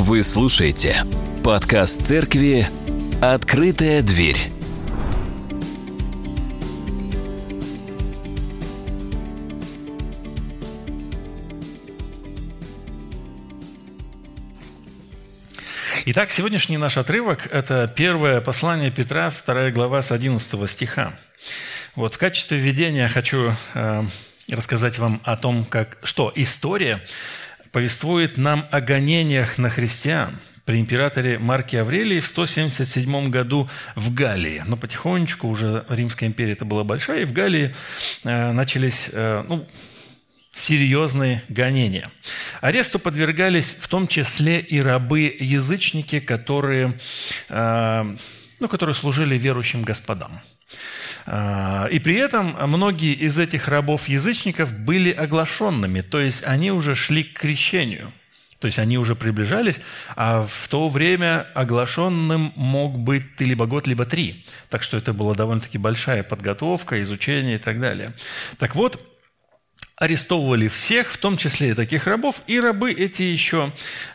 Вы слушаете подкаст церкви «Открытая дверь». Итак, сегодняшний наш отрывок – это первое послание Петра, 2 глава с 11 стиха. Вот в качестве введения хочу рассказать вам о том, что история повествует нам о гонениях на христиан при императоре Марке Аврелии в 177 году в Галлии. Но потихонечку уже Римская империя это была большая, и в Галлии начались серьезные гонения. Аресту подвергались в том числе и рабы-язычники, которые служили верующим господам. И при этом многие из этих рабов-язычников были оглашенными, то есть они уже шли к крещению, то есть они уже приближались, а в то время оглашенным мог быть ты либо год, либо 3. Так что это была довольно-таки большая подготовка, изучение и так далее. Так вот, арестовывали всех, в том числе и таких рабов, и рабы эти еще,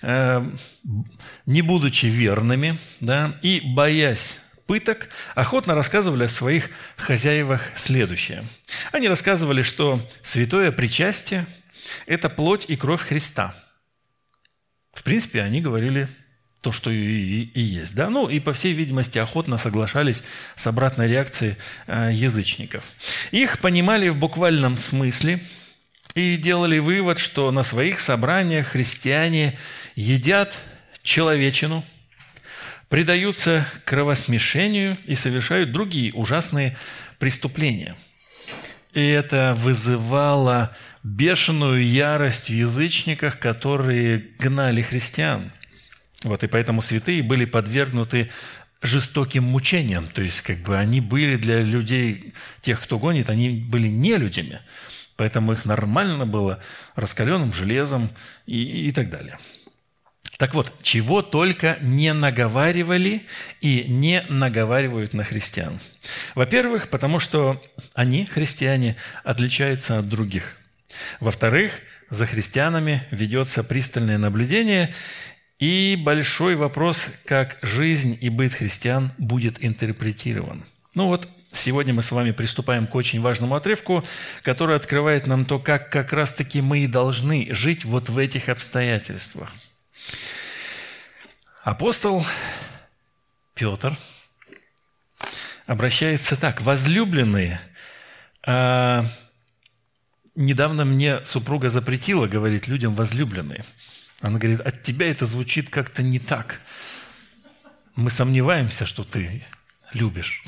не будучи верными, и боясь пыток, охотно рассказывали о своих хозяевах следующее. Они рассказывали, что святое причастие – это плоть и кровь Христа. В принципе, они говорили то, что и есть. И, по всей видимости, охотно соглашались с обратной реакцией язычников. Их понимали в буквальном смысле и делали вывод, что на своих собраниях христиане едят человечину, предаются кровосмешению и совершают другие ужасные преступления. И это вызывало бешеную ярость в язычниках, которые гнали христиан. И поэтому святые были подвергнуты жестоким мучениям. То есть, они были для людей, тех, кто гонит, они были не людьми. Поэтому их нормально было раскаленным железом и так далее. Так вот, чего только не наговаривали и не наговаривают на христиан. Во-первых, потому что они, христиане, отличаются от других. Во-вторых, за христианами ведется пристальное наблюдение и большой вопрос, как жизнь и быт христиан будет интерпретирован. Сегодня мы с вами приступаем к очень важному отрывку, который открывает нам то, как раз-таки мы и должны жить в этих обстоятельствах. Апостол Петр обращается так: «Возлюбленные, недавно мне супруга запретила говорить людям возлюбленные. Она говорит: от тебя это звучит как-то не так. Мы сомневаемся, что ты любишь».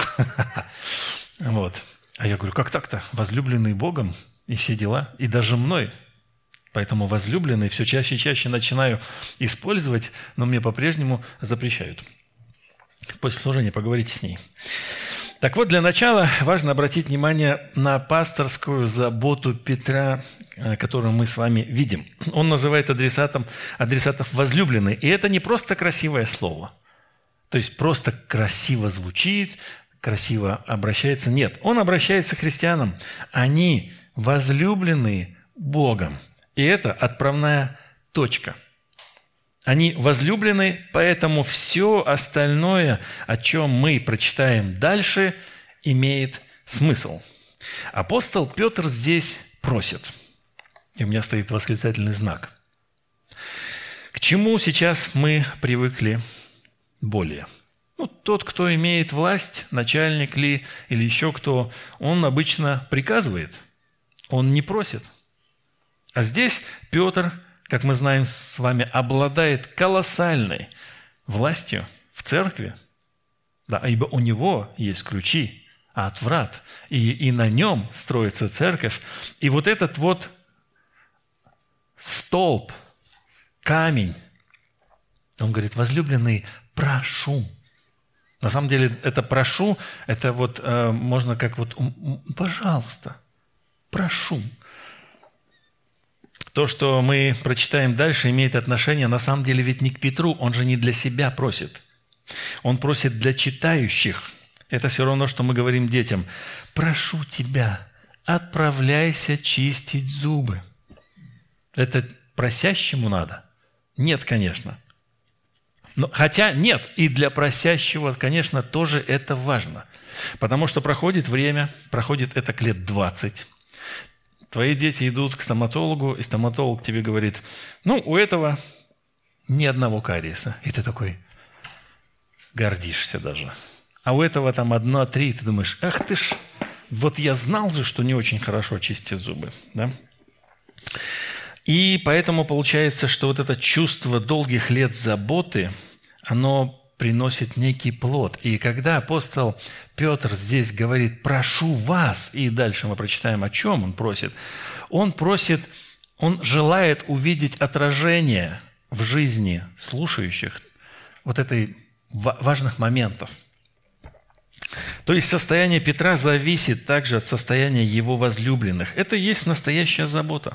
А я говорю: как так-то? Возлюбленный Богом и все дела, и даже мной. Поэтому возлюбленный все чаще и чаще начинаю использовать, но мне по-прежнему запрещают. После служения поговорите с ней. Так вот, для начала важно обратить внимание на пасторскую заботу Петра, которую мы с вами видим. Он называет адресатов возлюбленные. И это не просто красивое слово. То есть просто красиво звучит, красиво обращается. Нет, он обращается к христианам. Они возлюбленные Богом. И это отправная точка. Они возлюблены, поэтому все остальное, о чем мы прочитаем дальше, имеет смысл. Апостол Петр здесь просит. И у меня стоит восклицательный знак. К чему сейчас мы привыкли более? Тот, кто имеет власть, начальник ли, или еще кто, он обычно приказывает, он не просит. А здесь Петр, как мы знаем с вами, обладает колоссальной властью в церкви. Ибо у него есть ключи от врат, и на нем строится церковь. И этот столб, камень, он говорит: возлюбленные, прошу. На самом деле это «прошу», это можно пожалуйста, прошу. То, что мы прочитаем дальше, имеет отношение на самом деле ведь не к Петру, он же не для себя просит. Он просит для читающих. Это все равно, что мы говорим детям: прошу тебя, отправляйся чистить зубы. Это просящему надо? Нет, конечно. Но, хотя нет, и для просящего, конечно, тоже это важно. Потому что проходит время, проходит это лет 20. Твои дети идут к стоматологу, и стоматолог тебе говорит, у этого ни одного кариеса. И ты такой гордишься даже. А у этого там 1-3, и ты думаешь, ах ты ж, вот я знал же, что не очень хорошо чистят зубы. Да? И поэтому получается, что вот это чувство долгих лет заботы, оно приносит некий плод. И когда апостол Петр здесь говорит «прошу вас», и дальше мы прочитаем, о чем он просит, он желает увидеть отражение в жизни слушающих вот этой важных моментов. То есть состояние Петра зависит также от состояния его возлюбленных. Это и есть настоящая забота.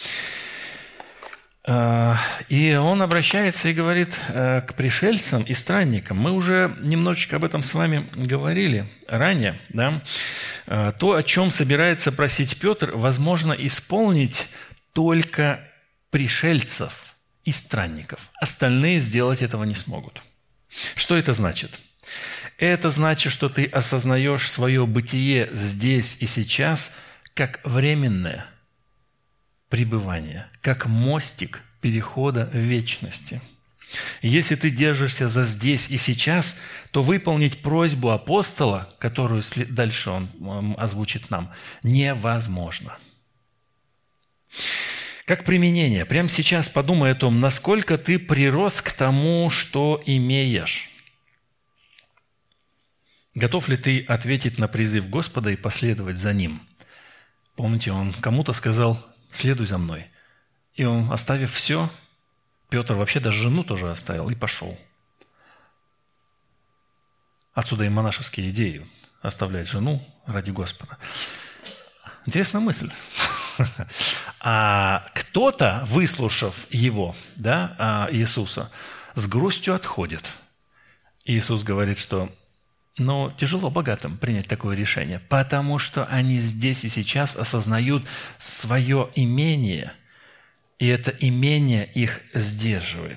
И он обращается и говорит к пришельцам и странникам. Мы уже немножечко об этом с вами говорили ранее. Да? То, о чем собирается просить Петр, возможно исполнить только пришельцев и странников. Остальные сделать этого не смогут. Что это значит? Это значит, что ты осознаешь свое бытие здесь и сейчас как временное пребывание, как мостик перехода в вечности. Если ты держишься за здесь и сейчас, то выполнить просьбу апостола, которую дальше он озвучит нам, невозможно. Как применение, прямо сейчас подумай о том, насколько ты прирос к тому, что имеешь. Готов ли ты ответить на призыв Господа и последовать за Ним? Помните, он кому-то сказал: «Следуй за мной». И он, оставив все, Петр вообще даже жену тоже оставил и пошел. Отсюда и монашеские идеи – оставлять жену ради Господа. Интересная мысль. А кто-то, выслушав его, Иисуса, с грустью отходит. Иисус говорит, что тяжело богатым принять такое решение, потому что они здесь и сейчас осознают свое имение, и это имение их сдерживает.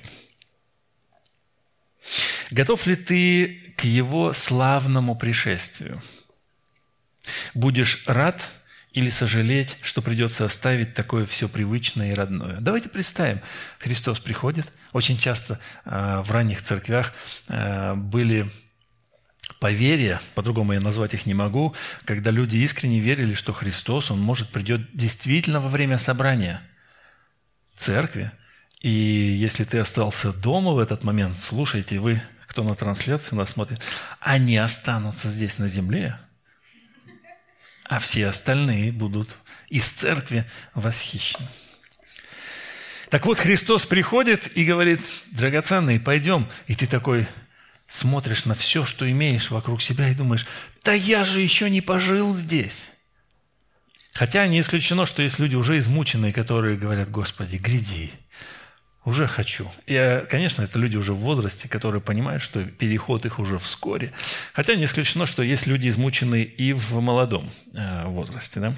Готов ли ты к Его славному пришествию? Будешь рад или сожалеть, что придется оставить такое все привычное и родное? Давайте представим, Христос приходит. Очень часто в ранних церквях были поверья, по-другому я назвать их не могу, когда люди искренне верили, что Христос, Он, может, придет действительно во время собрания церкви. И если ты остался дома в этот момент, слушайте, вы, кто на трансляции нас смотрит, они останутся здесь на земле, а все остальные будут из церкви восхищены. Так вот, Христос приходит и говорит: драгоценный, пойдем. И ты такой смотришь на все, что имеешь вокруг себя, и думаешь: да я же еще не пожил здесь. Хотя не исключено, что есть люди уже измученные, которые говорят: Господи, гряди, уже хочу. И, конечно, это люди уже в возрасте, которые понимают, что переход их уже вскоре. Хотя не исключено, что есть люди измученные и в молодом возрасте. Да?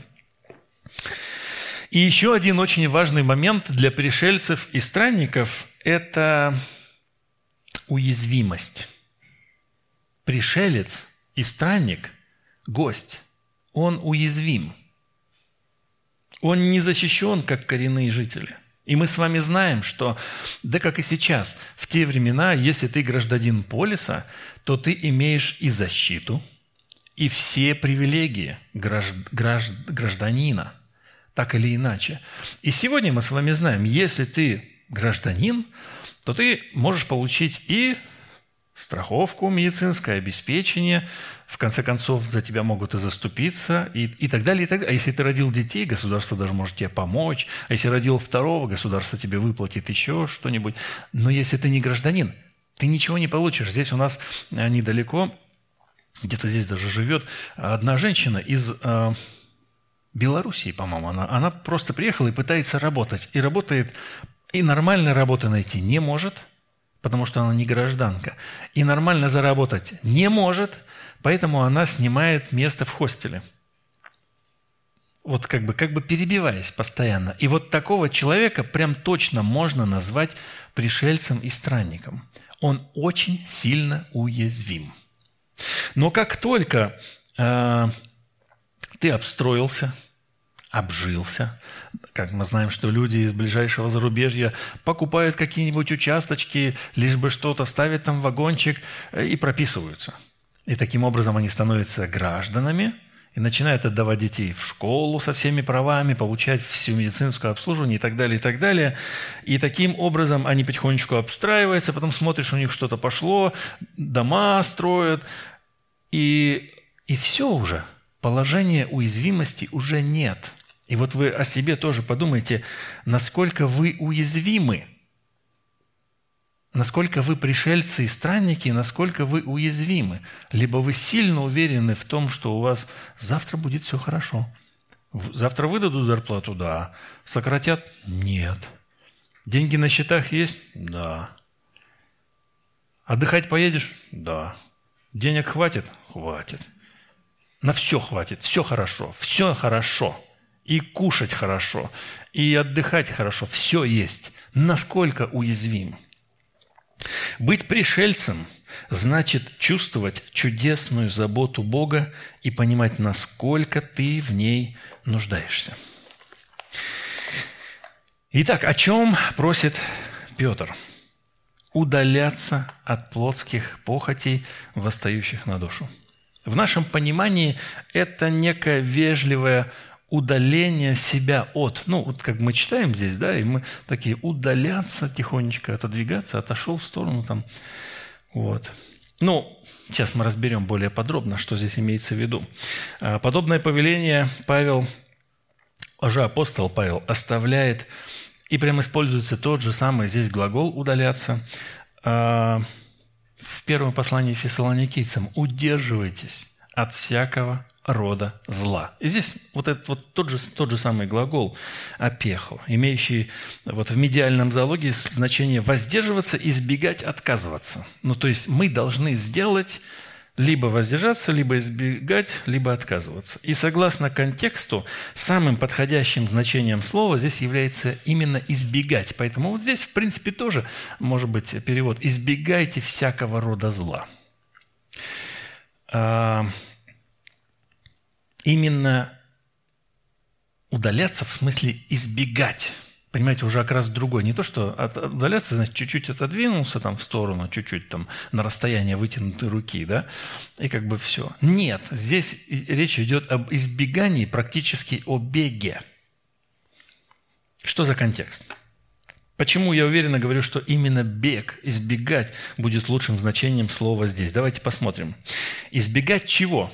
И еще один очень важный момент для пришельцев и странников – это уязвимость. Пришелец и странник, гость, он уязвим. Он не защищен, как коренные жители. И мы с вами знаем, что, да как и сейчас, в те времена, если ты гражданин полиса, то ты имеешь и защиту, и все привилегии гражданина, так или иначе. И сегодня мы с вами знаем, если ты гражданин, то ты можешь получить и страховку, медицинское обеспечение, в конце концов, за тебя могут и заступиться, и так далее, и так далее. А если ты родил детей, государство даже может тебе помочь. А если родил второго, государство тебе выплатит еще что-нибудь. Но если ты не гражданин, ты ничего не получишь. Здесь у нас недалеко, где-то здесь даже живет одна женщина из Белоруссии, по-моему. Она просто приехала и пытается работать. И работает, и нормальной работы найти не может, потому что она не гражданка. И нормально заработать не может, поэтому она снимает место в хостеле. Вот как бы перебиваясь постоянно. И вот такого человека прям точно можно назвать пришельцем и странником. Он очень сильно уязвим. Но как только ты обстроился, обжился, как мы знаем, что люди из ближайшего зарубежья покупают какие-нибудь участочки, лишь бы что-то, ставят там вагончик и прописываются. И таким образом они становятся гражданами и начинают отдавать детей в школу со всеми правами, получать всю медицинское обслуживание и так далее, и так далее. И таким образом они потихонечку обстраиваются, потом смотришь, у них что-то пошло, дома строят, и все уже. Положения уязвимости уже нет. И вот вы о себе тоже подумайте, насколько вы уязвимы, насколько вы пришельцы и странники, насколько вы уязвимы. Либо вы сильно уверены в том, что у вас завтра будет все хорошо. Завтра выдадут зарплату? Да. Сократят? Нет. Деньги на счетах есть? Да. Отдыхать поедешь? Да. Денег хватит? Хватит. На все хватит, все хорошо. И кушать хорошо, и отдыхать хорошо, все есть. Насколько уязвим? Быть пришельцем значит чувствовать чудесную заботу Бога и понимать, насколько ты в ней нуждаешься. Итак, о чем просит Петр? Удаляться от плотских похотей, восстающих на душу. В нашем понимании это некое вежливое удаление себя от. Вот как мы читаем здесь, да, и мы такие удаляться тихонечко, отодвигаться, отошел в сторону там. Вот. Сейчас мы разберем более подробно, что здесь имеется в виду. Подобное повеление апостол Павел оставляет, и прям используется тот же самый здесь глагол «удаляться». В первом послании Фессалоникийцам: «Удерживайтесь от всякого рода зла». И здесь тот же самый глагол «апехо», имеющий в медиальном зоологии значение «воздерживаться», «избегать», «отказываться». То есть мы должны сделать либо воздержаться, либо избегать, либо отказываться. И согласно контексту, самым подходящим значением слова здесь является именно «избегать». Поэтому здесь, в принципе, тоже может быть перевод «избегайте всякого рода зла». Именно удаляться в смысле избегать. Понимаете, уже окрас другой. Не то, что удаляться, значит, чуть-чуть отодвинулся там в сторону, чуть-чуть там на расстояние вытянутой руки, да, и все. Нет, здесь речь идет об избегании, практически о беге. Что за контекст? Почему я уверенно говорю, что именно бег, избегать, будет лучшим значением слова здесь? Давайте посмотрим. Избегать чего?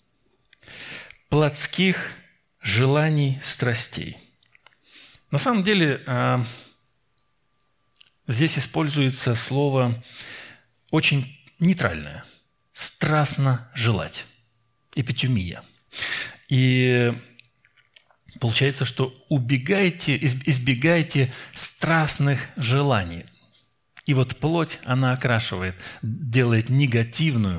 Плотских желаний, страстей. На самом деле, здесь используется слово очень нейтральное. Страстно желать. Эпитюмия. И получается, что избегайте страстных желаний. И плоть, она окрашивает, делает негативный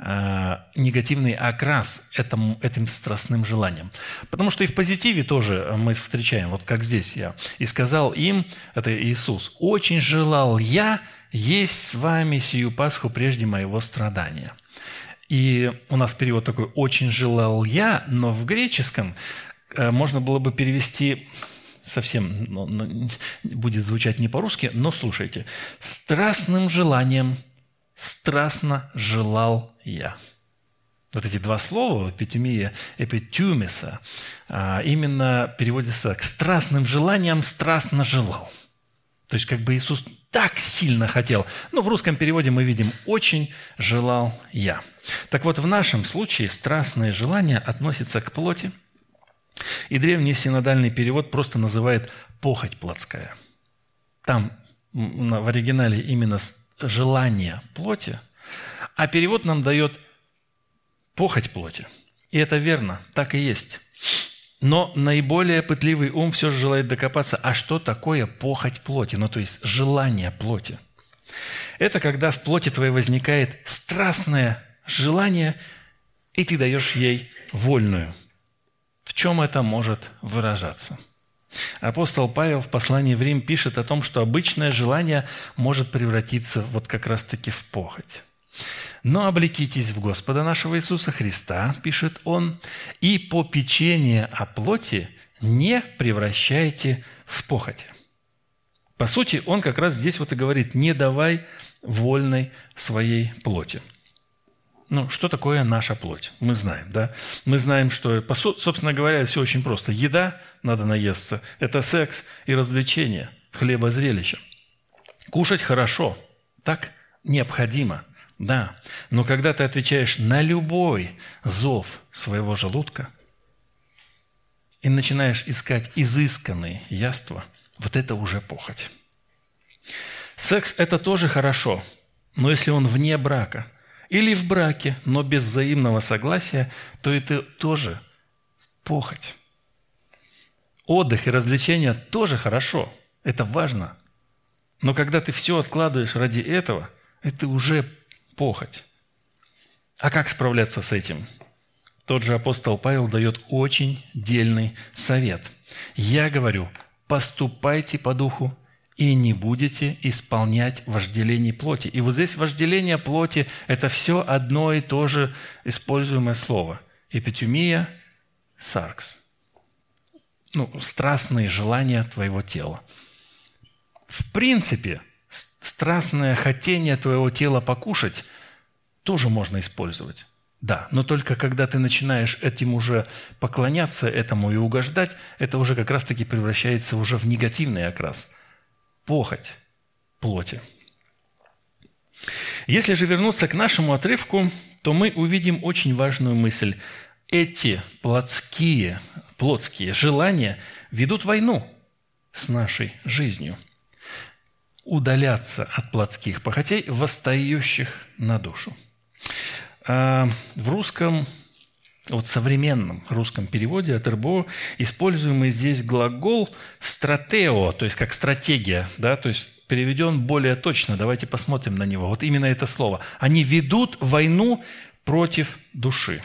окрас этим страстным желанием. Потому что и в позитиве тоже мы встречаем, как здесь я. «И сказал им», это Иисус, «очень желал я есть с вами сию Пасху прежде моего страдания». И у нас перевод такой «очень желал я», но в греческом можно было бы перевести... совсем будет звучать не по-русски, но слушайте. «Страстным желанием страстно желал я». Эти два слова, эпитюмия, эпитюмиса, именно переводятся так: «страстным желанием страстно желал». То есть Иисус так сильно хотел. В русском переводе мы видим «очень желал я». Так в нашем случае страстное желание относится к плоти, и древний синодальный перевод просто называет «похоть плотская». Там в оригинале именно желание плоти, а перевод нам дает «похоть плоти». И это верно, так и есть. Но наиболее пытливый ум все же желает докопаться, а что такое похоть плоти, то есть желание плоти. Это когда в плоти твоей возникает страстное желание, и ты даешь ей вольную. В чем это может выражаться? Апостол Павел в послании в Рим пишет о том, что обычное желание может превратиться вот как раз-таки в похоть. «Но облекитесь в Господа нашего Иисуса Христа, – пишет он, – и попечение о плоти не превращайте в похоть». По сути, он как раз здесь вот и говорит: не давай вольной своей плоти. Что такое наша плоть? Мы знаем, да? Мы знаем, что, собственно говоря, все очень просто. Еда, надо наесться, это секс и развлечение, хлебозрелище. Кушать хорошо, так необходимо, да. Но когда ты отвечаешь на любой зов своего желудка и начинаешь искать изысканные яства, вот это уже похоть. Секс – это тоже хорошо, но если он вне брака или в браке, но без взаимного согласия, то это тоже похоть. Отдых и развлечения тоже хорошо, это важно. Но когда ты все откладываешь ради этого, это уже похоть. А как справляться с этим? Тот же апостол Павел дает очень дельный совет. «Я говорю, поступайте по духу, и не будете исполнять вожделение плоти». И вот здесь вожделение плоти – это все одно и то же используемое слово. Эпитюмия, саркс. Страстные желания твоего тела. В принципе, страстное хотение твоего тела покушать тоже можно использовать. Да, но только когда ты начинаешь этим уже поклоняться этому и угождать, это уже как раз-таки превращается уже в негативный окрас. Похоть плоти. Если же вернуться к нашему отрывку, то мы увидим очень важную мысль. Эти плотские желания ведут войну с нашей жизнью. Удаляться от плотских похотей, восстающих на душу. В русском, современном русском переводе от РБО используемый здесь глагол «стратео», то есть как стратегия, да, то есть переведен более точно. Давайте посмотрим на него. Вот именно это слово. Они ведут войну против души.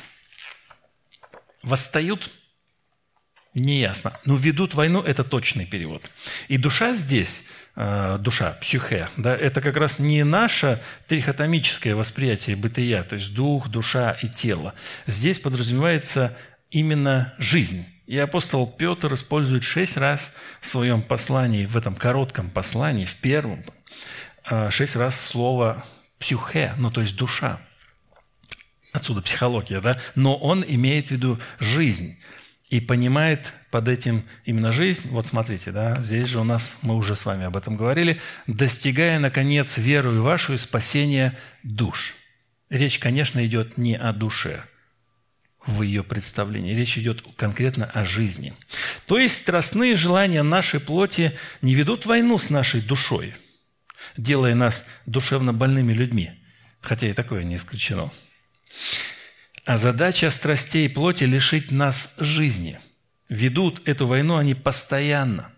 Восстают? Неясно. Но ведут войну – это точный перевод. И душа здесь, душа, психе, да, это как раз не наше трихотомическое восприятие бытия, то есть дух, душа и тело. Здесь подразумевается именно жизнь. И апостол Петр использует 6 раз в своем послании, в этом коротком послании, в первом, 6 раз слово психе, то есть душа. Отсюда психология, да? Но он имеет в виду жизнь. И понимает под этим именно жизнь. Вот смотрите, да, здесь же у нас, мы уже с вами об этом говорили, достигая, наконец, верою вашу и спасения душ. Речь, конечно, идет не о душе в ее представлении. Речь идет конкретно о жизни. То есть страстные желания нашей плоти не ведут войну с нашей душой, делая нас душевно больными людьми. Хотя и такое не исключено. А задача страстей плоти – лишить нас жизни. Ведут эту войну они постоянно,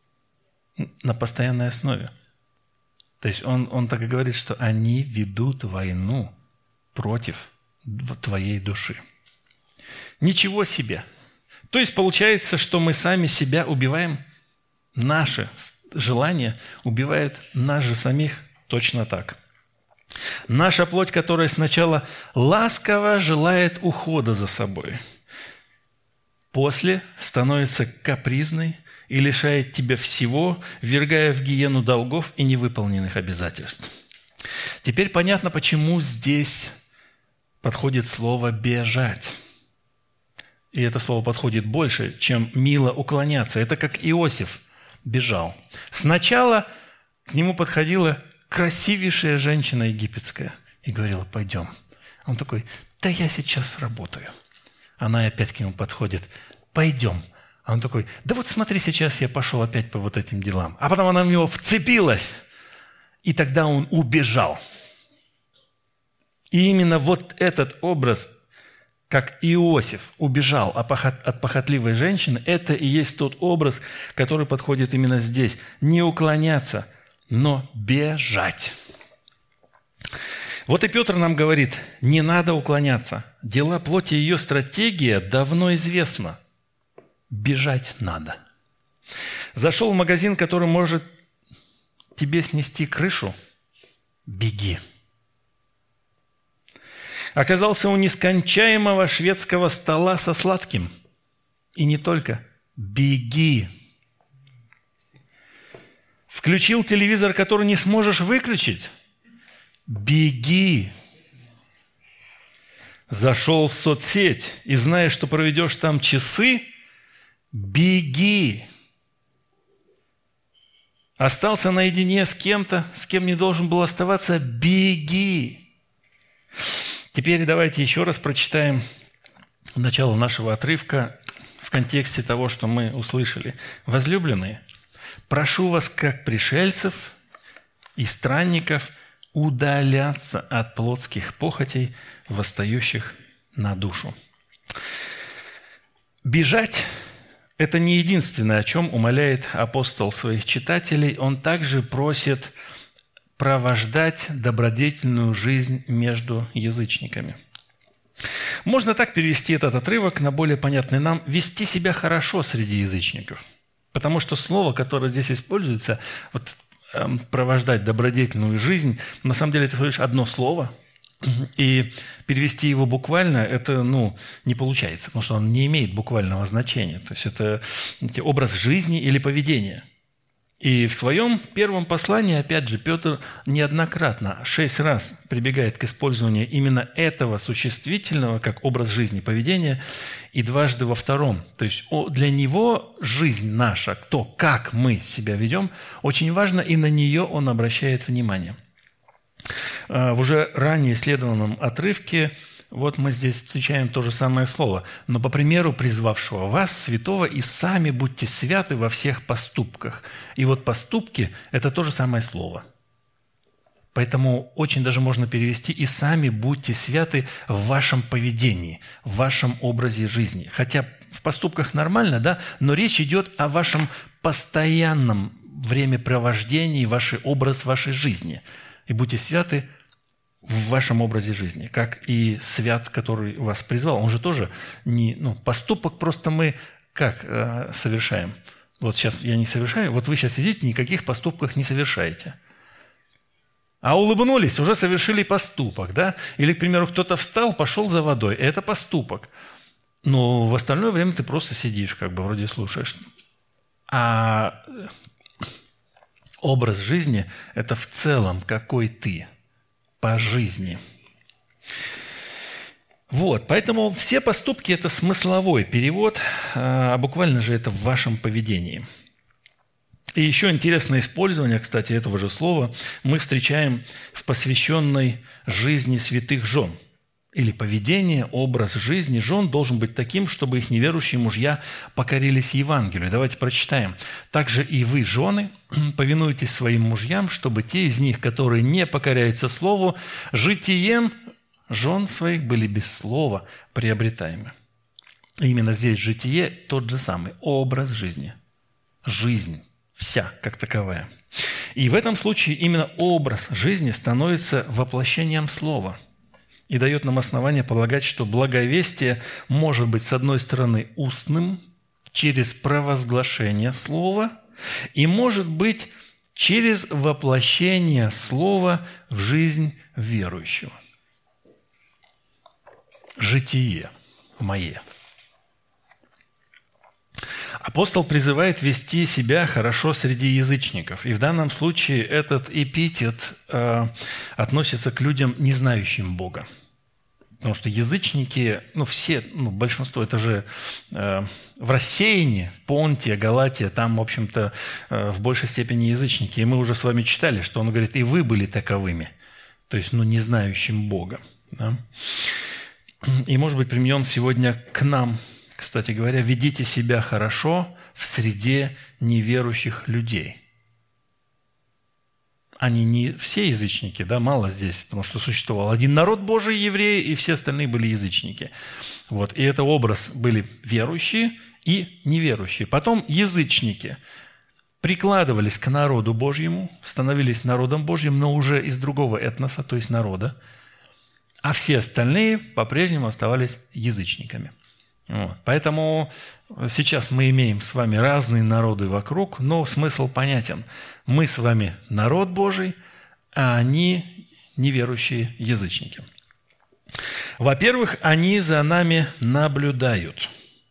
на постоянной основе. То есть он так и говорит, что они ведут войну против твоей души. Ничего себе! То есть получается, что мы сами себя убиваем? Наши желания убивают нас же самих точно так. Наша плоть, которая сначала ласково желает ухода за собой, после становится капризной и лишает тебя всего, ввергая в гиену долгов и невыполненных обязательств. Теперь понятно, почему здесь подходит слово «бежать». И это слово подходит больше, чем «мило уклоняться». Это как Иосиф бежал. Сначала к нему подходила красивейшая женщина египетская и говорила: «Пойдем». Он такой: «Да я сейчас работаю». Она опять к нему подходит: «Пойдем». А он такой: «Да вот смотри, сейчас я пошел опять по вот этим делам». А потом она в него вцепилась, и тогда он убежал. И именно вот этот образ, как Иосиф убежал от похотливой женщины, это и есть тот образ, который подходит именно здесь. Не уклоняться, но бежать. Вот и Петр нам говорит: не надо уклоняться. Дела плоти и ее стратегия давно известна. Бежать надо. Зашел в магазин, который может тебе снести крышу? Беги. Оказался у нескончаемого шведского стола со сладким? И не только. Беги. Включил телевизор, который не сможешь выключить? Беги. Зашел в соцсеть и знаешь, что проведешь там часы? Беги. Остался наедине с кем-то, с кем не должен был оставаться? Беги. Теперь давайте еще раз прочитаем начало нашего отрывка в контексте того, что мы услышали. «Возлюбленные, прошу вас, как пришельцев и странников, удаляться от плотских похотей, восстающих на душу». Бежать – это не единственное, о чем умоляет апостол своих читателей. Он также просит провождать добродетельную жизнь между язычниками. Можно так перевести этот отрывок на более понятный нам: вести себя хорошо среди язычников. Потому что слово, которое здесь используется, провождать добродетельную жизнь, на самом деле это всего лишь одно слово, и перевести его буквально это не получается, потому что он не имеет буквального значения. То есть это образ жизни или поведения. И в своем первом послании, опять же, Петр неоднократно, 6 раз прибегает к использованию именно этого существительного как образ жизни, поведения, и дважды во втором. То есть для него жизнь наша, то, как мы себя ведем, очень важно, и на нее он обращает внимание. В уже ранее исследованном отрывке мы здесь встречаем то же самое слово. «Но по примеру призвавшего вас, святого, и сами будьте святы во всех поступках». И поступки – это то же самое слово. Поэтому очень даже можно перевести «и сами будьте святы в вашем поведении, в вашем образе жизни». Хотя в поступках нормально, да, но речь идет о вашем постоянном времяпровождении, ваш образ вашей жизни. И будьте святы в вашем образе жизни, как и свят, который вас призвал. Он же тоже не... поступок просто мы как совершаем? Сейчас я не совершаю, вы сейчас сидите, никаких поступков не совершаете. А улыбнулись, уже совершили поступок, да? Или, к примеру, кто-то встал, пошел за водой. Это поступок. Но в остальное время ты просто сидишь, вроде слушаешь. А образ жизни – это в целом какой ты по жизни. Поэтому все поступки – это смысловой перевод, а буквально же это в вашем поведении. И еще интересное использование, кстати, этого же слова мы встречаем в посвященной жизни святых жен. Или поведение, образ жизни жен должен быть таким, чтобы их неверующие мужья покорились Евангелию. Давайте прочитаем. «Также и вы, жены, повинуйтесь своим мужьям, чтобы те из них, которые не покоряются слову, житием жен своих были без слова приобретаемы». И именно здесь житие тот же самый образ жизни. Жизнь вся как таковая. И в этом случае именно образ жизни становится воплощением слова и дает нам основание полагать, что благовестие может быть, с одной стороны, устным, через провозглашение слова, и может быть через воплощение слова в жизнь верующего. Житие мое. Апостол призывает вести себя хорошо среди язычников. И в данном случае этот эпитет относится к людям, не знающим Бога. Потому что язычники, большинство, это же в рассеянии, Понтия, Галатия, там, в общем-то, в большей степени язычники. И мы уже с вами читали, что он говорит, и вы были таковыми, то есть, не знающим Бога. Да? И, может быть, применен сегодня к нам, кстати говоря, ведите себя хорошо в среде неверующих людей. Они не все язычники, да, мало здесь, потому что существовал один народ Божий, евреи, и все остальные были язычники. И это образ были верующие и неверующие. Потом язычники прикладывались к народу Божьему, становились народом Божьим, но уже из другого этноса, то есть народа, а все остальные по-прежнему оставались язычниками. Вот. Поэтому сейчас мы имеем с вами разные народы вокруг, но смысл понятен. Мы с вами народ Божий, а они неверующие язычники. Во-первых, они за нами наблюдают.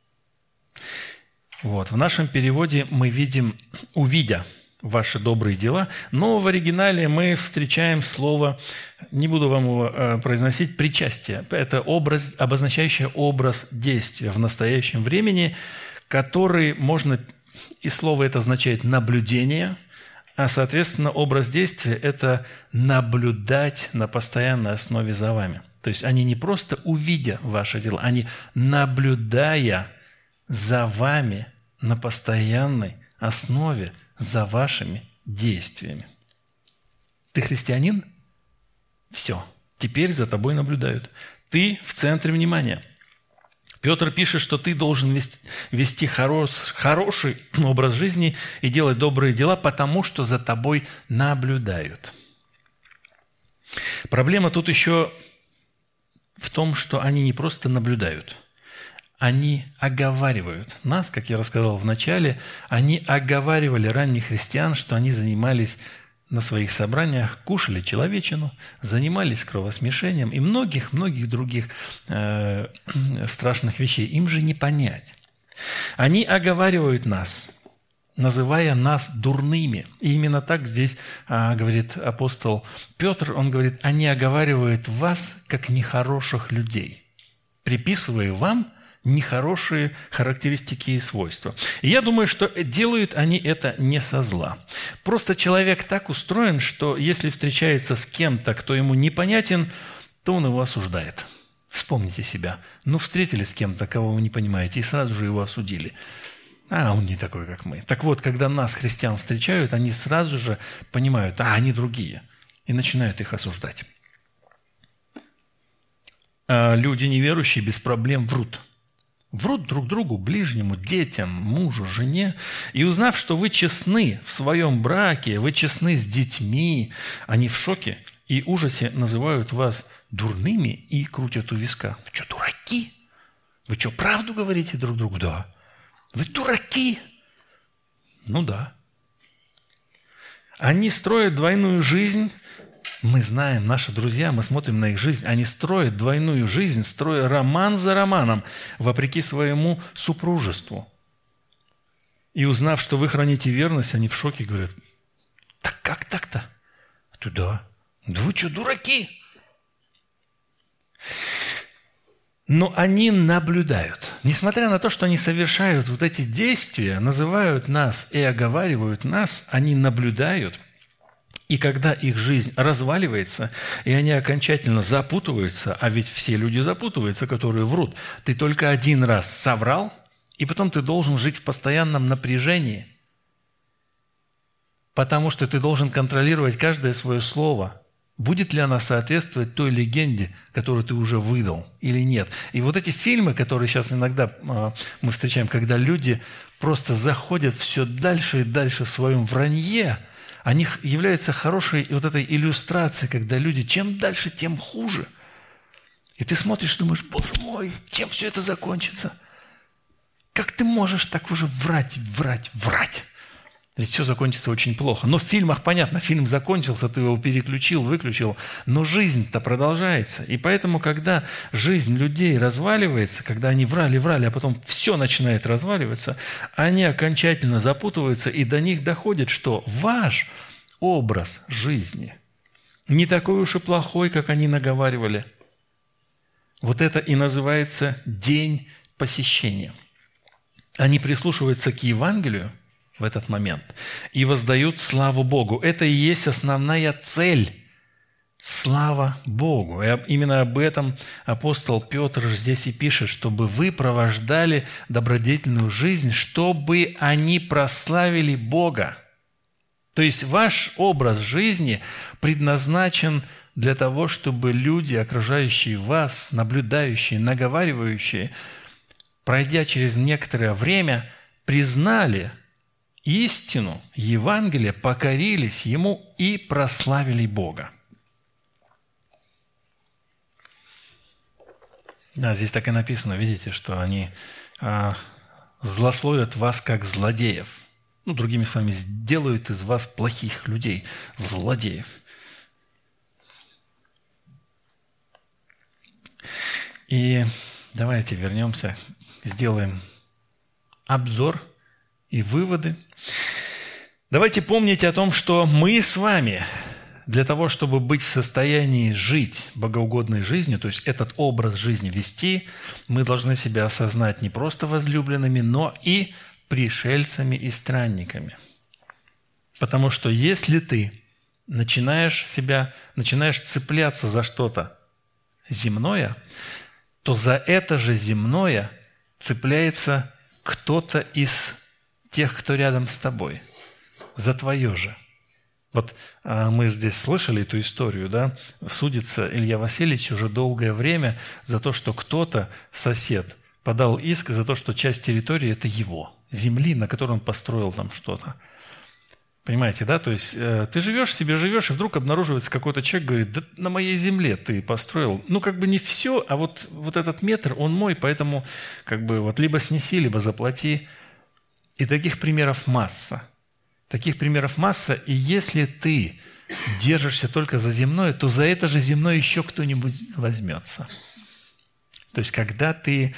Вот. В нашем переводе мы видим «увидя ваши добрые дела», но в оригинале мы встречаем слово, не буду вам его произносить, «причастие». Это образ, обозначающий образ действия в настоящем времени, который можно, и слово это означает «наблюдение», а, соответственно, образ действия – это наблюдать на постоянной основе за вами. То есть они не просто увидя ваши дела, они наблюдая за вами на постоянной основе за вашими действиями. Ты христианин? Все. Теперь за тобой наблюдают. Ты в центре внимания. Петр пишет, что ты должен вести хороший образ жизни и делать добрые дела, потому что за тобой наблюдают. Проблема тут еще в том, что они не просто наблюдают, они оговаривают нас, как я рассказал в начале, они оговаривали ранних христиан, что они занимались на своих собраниях, кушали человечину, занимались кровосмешением и многих других страшных вещей. Им же не понять. Они оговаривают нас, называя нас дурными. И именно так здесь говорит апостол Петр. Он говорит, они оговаривают вас, как нехороших людей, приписывая вам нехорошие характеристики и свойства. И я думаю, что делают они это не со зла. Просто человек так устроен, что если встречается с кем-то, кто ему непонятен, то он его осуждает. Вспомните себя. Встретились с кем-то, кого вы не понимаете, и сразу же его осудили. Он не такой, как мы. Так вот, когда нас, христиан, встречают, они сразу же понимают, они другие, и начинают их осуждать. А люди неверующие без проблем врут. Врут друг другу, ближнему, детям, мужу, жене. И узнав, что вы честны в своем браке, вы честны с детьми, они в шоке и ужасе называют вас дурными и крутят у виска. Вы что, дураки? Вы что, правду говорите друг другу? Да. Вы дураки? Да. Они строят двойную жизнь. Мы знаем, наши друзья, мы смотрим на их жизнь, они строят двойную жизнь, строя роман за романом, вопреки своему супружеству. И узнав, что вы храните верность, они в шоке говорят, так как так-то? Да вы что, дураки? Но они наблюдают. Несмотря на то, что они совершают вот эти действия, называют нас и оговаривают нас, они наблюдают. И когда их жизнь разваливается, и они окончательно запутываются, а ведь все люди запутываются, которые врут, ты только один раз соврал, и потом ты должен жить в постоянном напряжении, потому что ты должен контролировать каждое свое слово. Будет ли она соответствовать той легенде, которую ты уже выдал, или нет? И вот эти фильмы, которые сейчас иногда мы встречаем, когда люди просто заходят все дальше и дальше в своем вранье, они являются хорошей вот этой иллюстрацией, когда люди чем дальше, тем хуже. И ты смотришь, думаешь, боже мой, чем все это закончится? Как ты можешь так уже врать? Ведь все закончится очень плохо. Но в фильмах понятно, фильм закончился, ты его переключил, выключил, но жизнь-то продолжается. И поэтому, когда жизнь людей разваливается, когда они врали, а потом все начинает разваливаться, они окончательно запутываются, и до них доходит, что ваш образ жизни не такой уж и плохой, как они наговаривали. Вот это и называется день посещения. Они прислушиваются к Евангелию в этот момент и воздают славу Богу. Это и есть основная цель. Слава Богу. И именно об этом апостол Петр здесь и пишет, чтобы вы провождали добродетельную жизнь, чтобы они прославили Бога. То есть ваш образ жизни предназначен для того, чтобы люди, окружающие вас, наблюдающие, наговаривающие, пройдя через некоторое время, признали истину Евангелия, покорились Ему и прославили Бога. Да, здесь так и написано, видите, что они злословят вас как злодеев. Ну, другими словами, сделают из вас плохих людей, злодеев. И давайте вернемся, сделаем обзор и выводы. Давайте помнить о том, что мы с вами для того, чтобы быть в состоянии жить богоугодной жизнью, то есть этот образ жизни вести, мы должны себя осознать не просто возлюбленными, но и пришельцами и странниками. Потому что если ты начинаешь цепляться за что-то земное, то за это же земное цепляется кто-то из тех, кто рядом с тобой, за твое же. Вот мы здесь слышали эту историю, да? Судится Илья Васильевич уже долгое время за то, что кто-то, сосед, подал иск за то, что часть территории – это его, земли, на которой он построил там что-то. Понимаете, да? То есть ты живешь себе, живешь, и вдруг обнаруживается какой-то человек, говорит, да на моей земле ты построил. Ну, как бы не все, а вот этот метр, он мой, поэтому как бы вот либо снеси, либо заплати. И таких примеров масса. Таких примеров масса, и если ты держишься только за земное, то за это же земное еще кто-нибудь возьмется. То есть, когда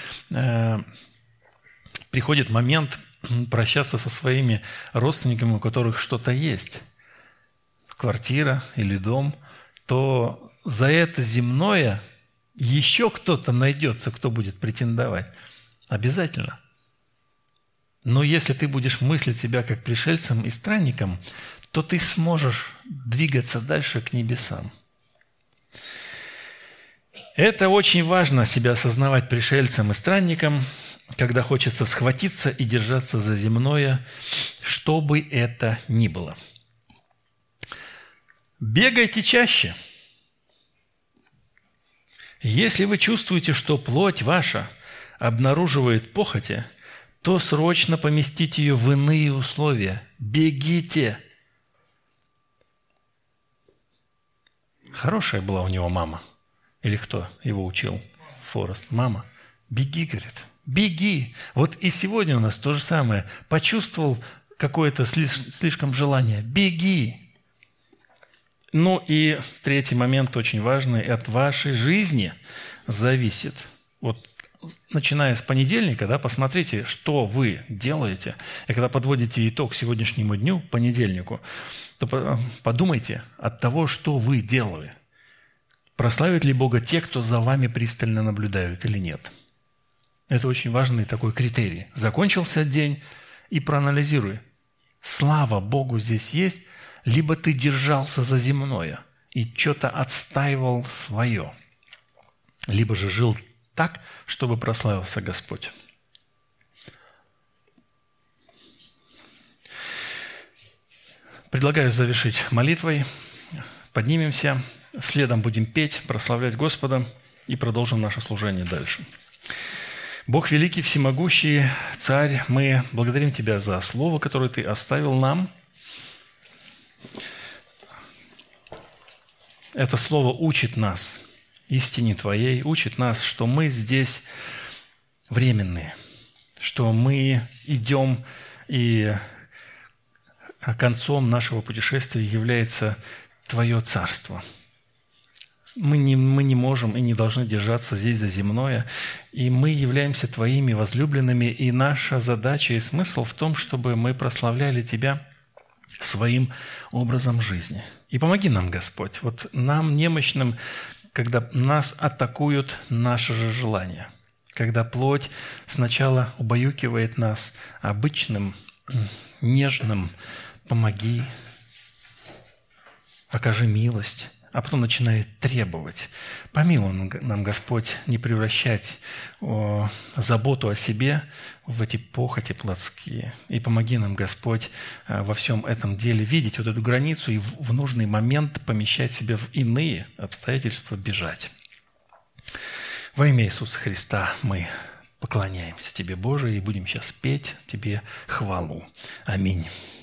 приходит момент прощаться со своими родственниками, у которых что-то есть, квартира или дом, то за это земное еще кто-то найдется, кто будет претендовать. Обязательно. Но если ты будешь мыслить себя как пришельцем и странником, то ты сможешь двигаться дальше к небесам. Это очень важно, себя осознавать пришельцем и странником, когда хочется схватиться и держаться за земное, что бы это ни было. Бегайте чаще. Если вы чувствуете, что плоть ваша обнаруживает похоти, то срочно поместите ее в иные условия. Бегите. Хорошая была у него мама. Или кто его учил? Форест. Мама. Беги, говорит. Беги. Вот и сегодня у нас то же самое. Почувствовал какое-то слишком желание. Беги. Ну и третий момент очень важный. От вашей жизни зависит. Вот начиная с понедельника, да, посмотрите, что вы делаете. И когда подводите итог сегодняшнему дню, понедельнику, то подумайте от того, что вы делали. Прославят ли Бога те, кто за вами пристально наблюдают или нет? Это очень важный такой критерий. Закончился день и проанализируй. Слава Богу здесь есть, либо ты держался за земное и что-то отстаивал свое, либо же жил так, чтобы прославился Господь. Предлагаю завершить молитвой. Поднимемся, следом будем петь, прославлять Господа и продолжим наше служение дальше. Бог великий, всемогущий, Царь, мы благодарим Тебя за Слово, которое Ты оставил нам. Это Слово учит нас истине Твоей, учит нас, что мы здесь временные, что мы идем, и концом нашего путешествия является Твое Царство. Мы не можем и не должны держаться здесь за земное, и мы являемся Твоими возлюбленными, и наша задача и смысл в том, чтобы мы прославляли Тебя своим образом жизни. И помоги нам, Господь, вот нам, немощным, когда нас атакуют наши же желания, когда плоть сначала убаюкивает нас обычным, нежным «помоги», «окажи милость», а потом начинает требовать. Помилуй нам, Господь, не превращать заботу о себе в эти похоти плотские. И помоги нам, Господь, во всем этом деле видеть вот эту границу и в нужный момент помещать себя в иные обстоятельства, бежать. Во имя Иисуса Христа мы поклоняемся Тебе, Боже, и будем сейчас петь Тебе хвалу. Аминь.